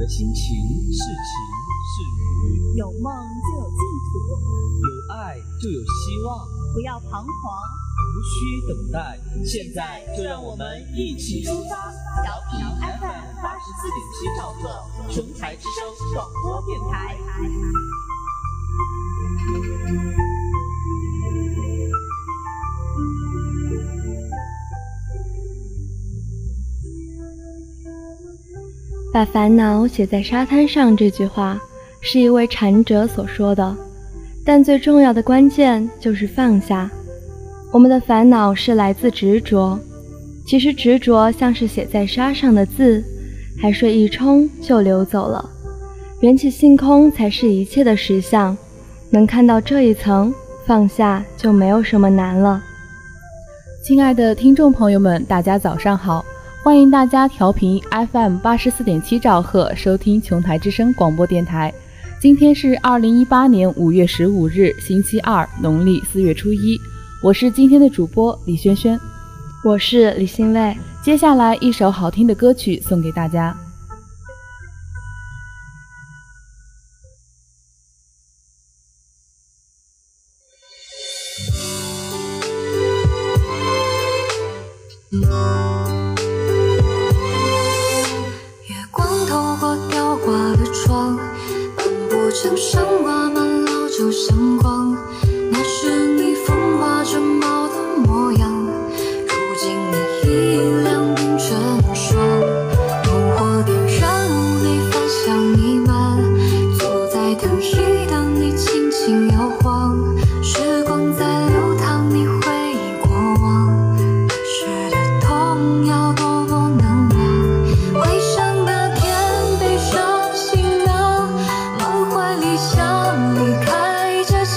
的心情是晴是雨， 有梦就有净土， 有爱就有希望。 不要彷徨， 无需等待，现在就让我们一起出发。调频 FM84.7兆赫，琼台之声广播电台。 把烦恼写在沙滩上这句话是一位禅者所说的，但最重要的关键就是放下。我们的烦恼是来自执着，其实执着像是写在沙上的字，海水一冲就流走了，缘起性空才是一切的实相。能看到这一层，放下就没有什么难了。 亲爱的听众朋友们，大家早上好，欢迎大家调频 FM84.7兆赫收听琼台之声广播电台。今天是2018年5月15日星期二，农历4月初1，我是今天的主播李萱萱， 我是李欣慰。 接下来一首好听的歌曲送给大家。 月光透过吊挂的窗，斑驳墙上挂满老旧相框，那是你风华正茂的模样，如今你已两鬓成霜。篝火点燃你芳香弥漫，坐在藤椅等你轻轻摇晃，时光在流淌，你回忆过往，儿时的童谣多么难忘。回想那天背上行囊，满怀理想离开这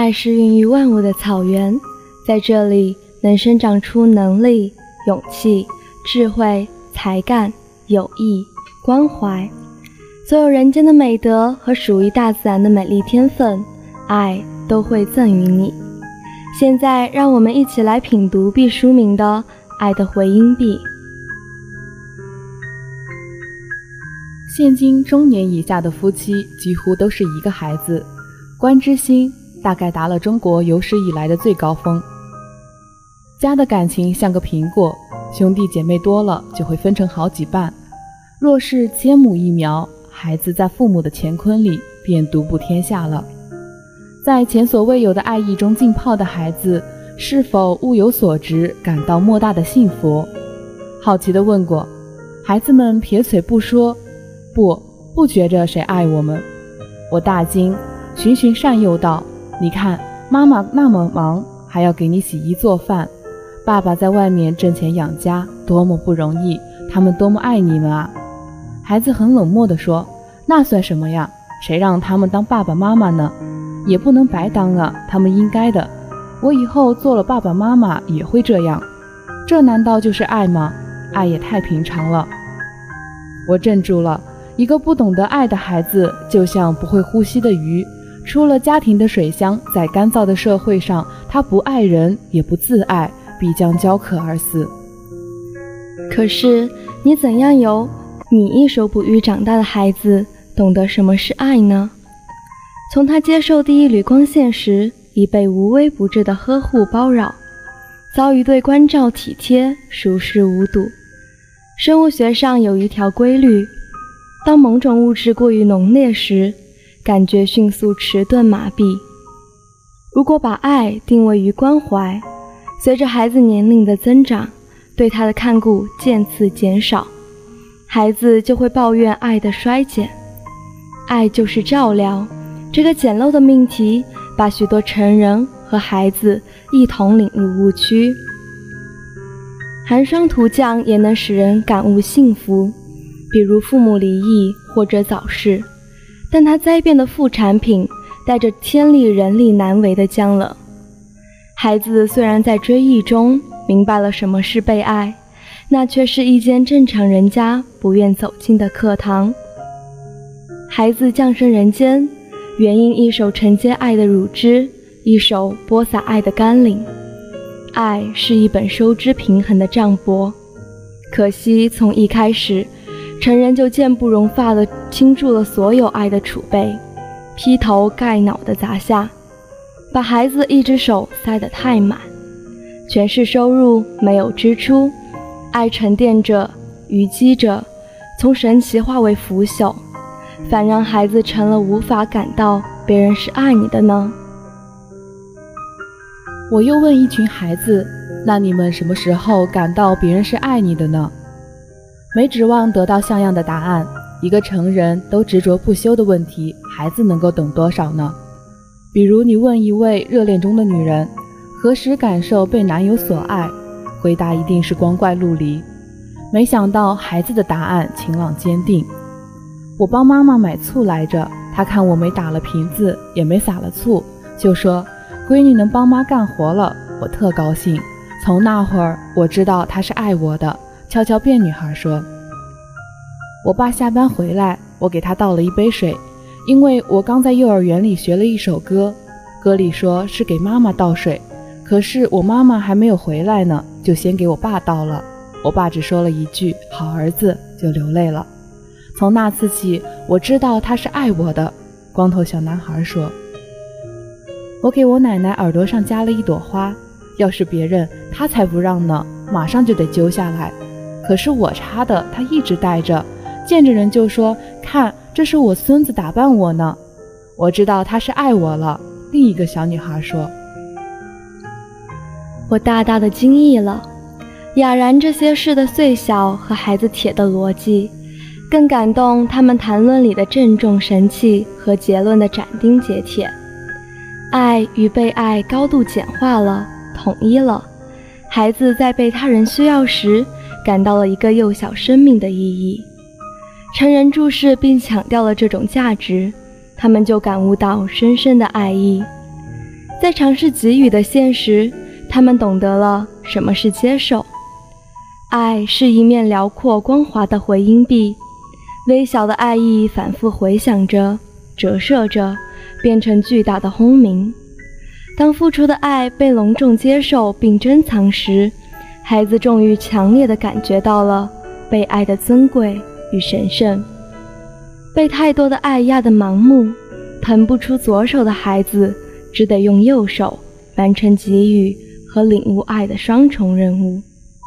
爱是孕育万物的草原，在这里能生长出能力、勇气、智慧、才干、友谊、关怀，所有人间的美德和属于大自然的美丽天分，爱都会赠予你。现在让我们一起来品读毕淑敏的《爱的回音壁》。 现今中年以下的夫妻几乎都是一个孩子，观之心大概达了中国有史以来的最高峰。家的感情像个苹果，兄弟姐妹多了就会分成好几半，若是千亩一苗，孩子在父母的乾坤里便独步天下了。在前所未有的爱意中浸泡的孩子，是否物有所值，感到莫大的幸福？好奇地问过，孩子们撇嘴不说，不觉着谁爱我们。我大惊，循循善诱道，你看妈妈那么忙，还要给你洗衣做饭，爸爸在外面挣钱养家，多么不容易，他们多么爱你们啊。孩子很冷漠地说，那算什么呀，谁让他们当爸爸妈妈呢？也不能白当啊，他们应该的，我以后做了爸爸妈妈也会这样。这难道就是爱吗？爱也太平常了。我镇住了，一个不懂得爱的孩子就像不会呼吸的鱼，出了家庭的水箱，在干燥的社会上，他不爱人也不自爱，必将焦渴而死。 可是你怎样由你一手哺育长大的孩子懂得什么是爱呢？从他接受第一缕光线时，已被无微不至的呵护包绕，早已对关照体贴熟视无睹。生物学上有一条规律，当某种物质过于浓烈时，感觉迅速迟钝麻痹。如果把爱定位于关怀，随着孩子年龄的增长，对他的看顾渐次减少，孩子就会抱怨爱的衰减。爱就是照料，这个简陋的命题把许多成人和孩子一同领入误区。寒霜图降也能使人感悟幸福，比如父母离异或者早逝，但它灾变的副产品带着天力人力难为的僵冷。孩子虽然在追忆中明白了什么是被爱，那却是一间正常人家不愿走进的课堂。孩子降生人间，原因一手承接爱的乳汁，一手播撒爱的甘霖。爱是一本收支平衡的账簿，可惜从一开始，成人就坚不容发地倾注了所有爱的储备，劈头盖脑地砸下，把孩子一只手塞得太满，全是收入没有支出，爱沉淀着淤积着，从神奇化为腐朽，反让孩子成了无法感到别人是爱你的呢？ 我又问一群孩子，那你们什么时候感到别人是爱你的呢？没指望得到像样的答案，一个成人都执着不休的问题，孩子能够懂多少呢？比如你问一位热恋中的女人，何时感受被男友所爱，回答一定是光怪陆离。没想到孩子的答案晴朗坚定，我帮妈妈买醋来着，她看我没打了瓶子，也没撒了醋，就说闺女能帮妈干活了，我特高兴。从那会儿我知道她是爱我的，悄悄变女孩说。我爸下班回来，我给他倒了一杯水，因为我刚在幼儿园里学了一首歌，歌里说是给妈妈倒水，可是我妈妈还没有回来呢，就先给我爸倒了。我爸只说了一句好儿子，就流泪了。从那次起，我知道他是爱我的。光头小男孩说。我给我奶奶耳朵上加了一朵花，要是别人她才不让呢，马上就得揪下来，可是我插的，她一直带着，见着人就说看，这是我孙子打扮我呢。我知道他是爱我了。另一个小女孩说。 我大大的惊异了，哑然这些事的碎小和孩子铁的逻辑，更感动他们谈论里的郑重神气和结论的斩钉截铁。爱与被爱高度简化了，统一了。孩子在被他人需要时，感到了一个幼小生命的意义。成人注视并强调了这种价值，他们就感悟到深深的爱意。 在尝试给予的现实，他们懂得了什么是接受。爱是一面辽阔光滑的回音壁，微小的爱意反复回响着，折射着，变成巨大的轰鸣。当付出的爱被隆重接受并珍藏时，孩子终于强烈地感觉到了被爱的尊贵与神圣。被太多的爱压得盲目，腾不出左手的孩子，只得用右手完成给予和领悟爱的双重任务。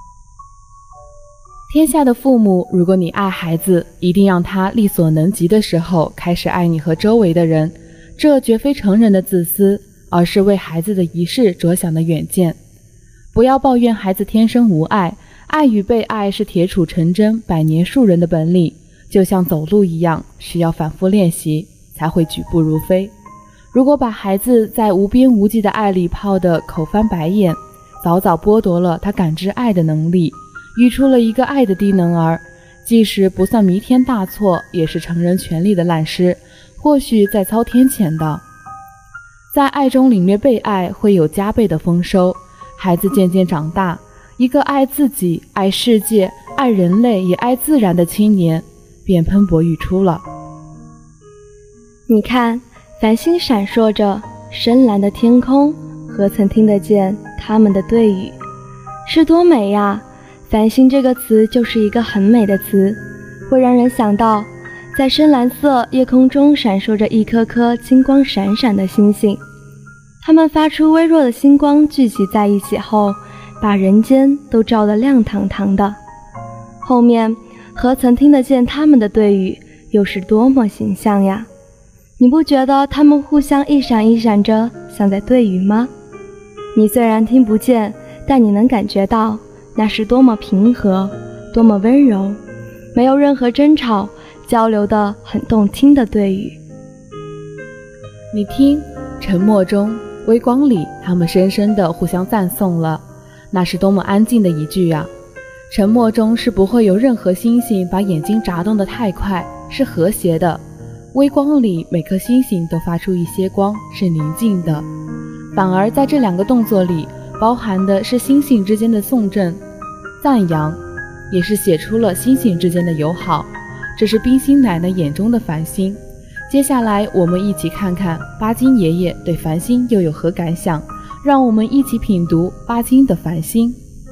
天下的父母，如果你爱孩子，一定让他力所能及的时候开始爱你和周围的人，这绝非成人的自私，而是为孩子的一世着想的远见。不要抱怨孩子天生无爱，爱与被爱是铁杵成针、百年树人的本领，就像走路一样，需要反复练习才会举步如飞。如果把孩子在无边无际的爱里泡得口翻白眼，早早剥夺了他感知爱的能力，育出了一个爱的低能儿，即使不算弥天大错，也是成人权利的烂诗，或许在操天谴的。在爱中领略被爱，会有加倍的丰收。孩子渐渐长大，一个爱自己、爱世界、爱人类也爱自然的青年便喷薄欲出了。 你看，繁星闪烁着，深蓝的天空，何曾听得见他们的对语？是多美呀！繁星这个词就是一个很美的词，会让人想到在深蓝色夜空中闪烁着一颗颗金光闪闪的星星，它们发出微弱的星光，聚集在一起后，把人间都照得亮堂堂的。后面何曾听得见他们的对语，又是多么形象呀！你不觉得他们互相一闪一闪着，像在对语吗？你虽然听不见，但你能感觉到那是多么平和，多么温柔，没有任何争吵，交流的很动听的对语。 你听，沉默中，微光里，他们深深地互相赞颂了，那是多么安静的一句啊！沉默中是不会有任何星星把眼睛眨动得太快，是和谐的。微光里，每颗星星都发出一些光，是宁静的。反而在这两个动作里，包含的是星星之间的颂正、赞扬，也是写出了星星之间的友好。这是冰心奶奶眼中的繁星。接下来，我们一起看看巴金爷爷对繁星又有何感想，让我们一起品读巴金的繁星。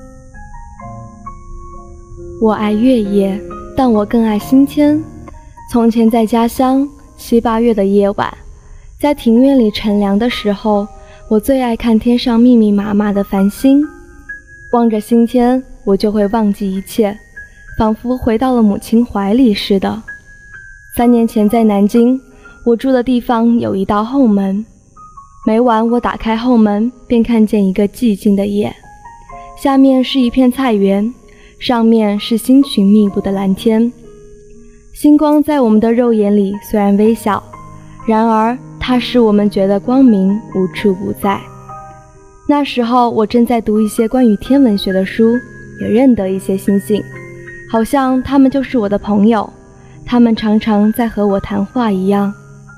我爱月夜，但我更爱星天。从前在家乡7、8月的夜晚，在庭院里乘凉的时候，我最爱看天上密密麻麻的繁星。望着星天，我就会忘记一切，仿佛回到了母亲怀里似的。3年前在南京，我住的地方有一道后门，每晚我打开后门，便看见一个寂静的夜，下面是一片菜园，上面是星群密布的蓝天。星光在我们的肉眼里虽然微小，然而它使我们觉得光明无处不在。那时候我正在读一些关于天文学的书，也认得一些星星，好像他们就是我的朋友，他们常常在和我谈话一样。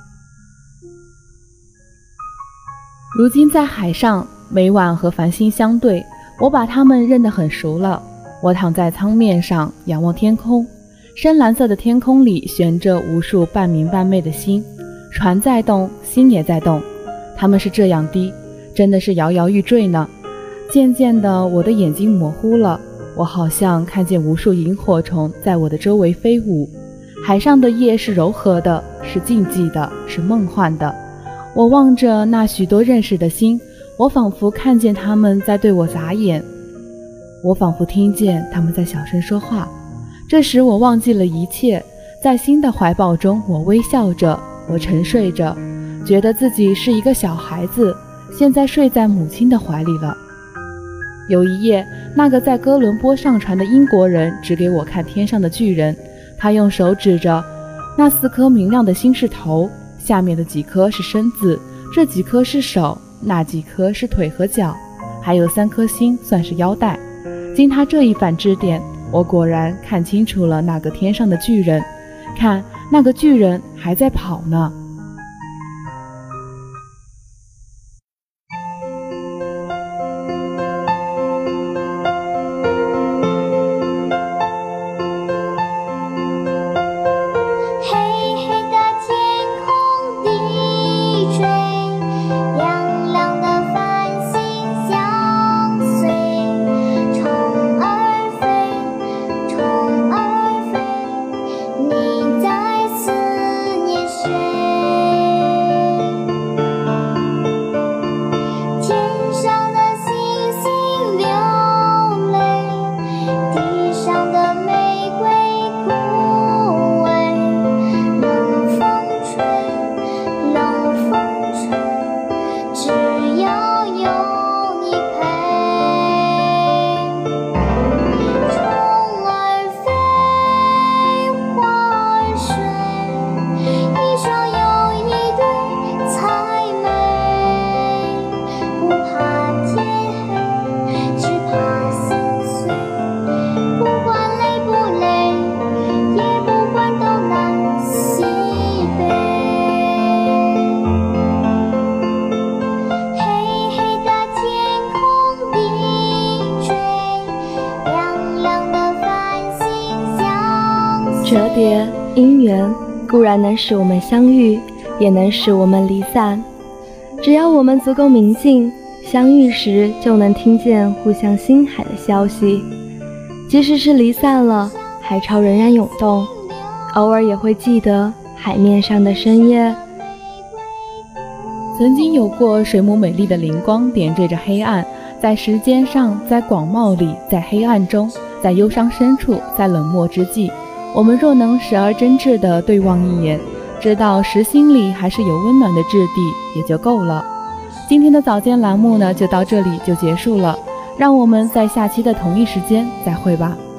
如今在海上，每晚和繁星相对，我把它们认得很熟了。我躺在舱面上，仰望天空，深蓝色的天空里悬着无数半明半昧的星，船在动，星也在动，它们是这样低，真的是摇摇欲坠呢。渐渐的，我的眼睛模糊了，我好像看见无数萤火虫在我的周围飞舞。海上的夜是柔和的，是静寂的，是梦幻的。我望着那许多认识的星，我仿佛看见他们在对我眨眼，我仿佛听见他们在小声说话。这时我忘记了一切，在星的怀抱中，我微笑着，我沉睡着，觉得自己是一个小孩子，现在睡在母亲的怀里了。有一夜，那个在哥伦波上船的英国人指给我看天上的巨人，他用手指着那4颗明亮的星是头，下面的几颗是身子，这几颗是手，那几颗是腿和脚，还有3颗星算是腰带。经他这一番指点，我果然看清楚了那个天上的巨人，看那个巨人还在跑呢。 折叠、姻缘固然能使我们相遇，也能使我们离散。只要我们足够明净，相遇时就能听见互相心海的消息。即使是离散了，海潮仍然涌动，偶尔也会记得海面上的深夜。 曾经有过水母美丽的灵光点缀着黑暗，在时间上，在广袤里，在黑暗中，在忧伤深处，在冷漠之际，我们若能时而真挚地对望一眼，知道实心里还是有温暖的质地，也就够了。今天的早间栏目呢，就到这里就结束了，让我们在下期的同一时间再会吧。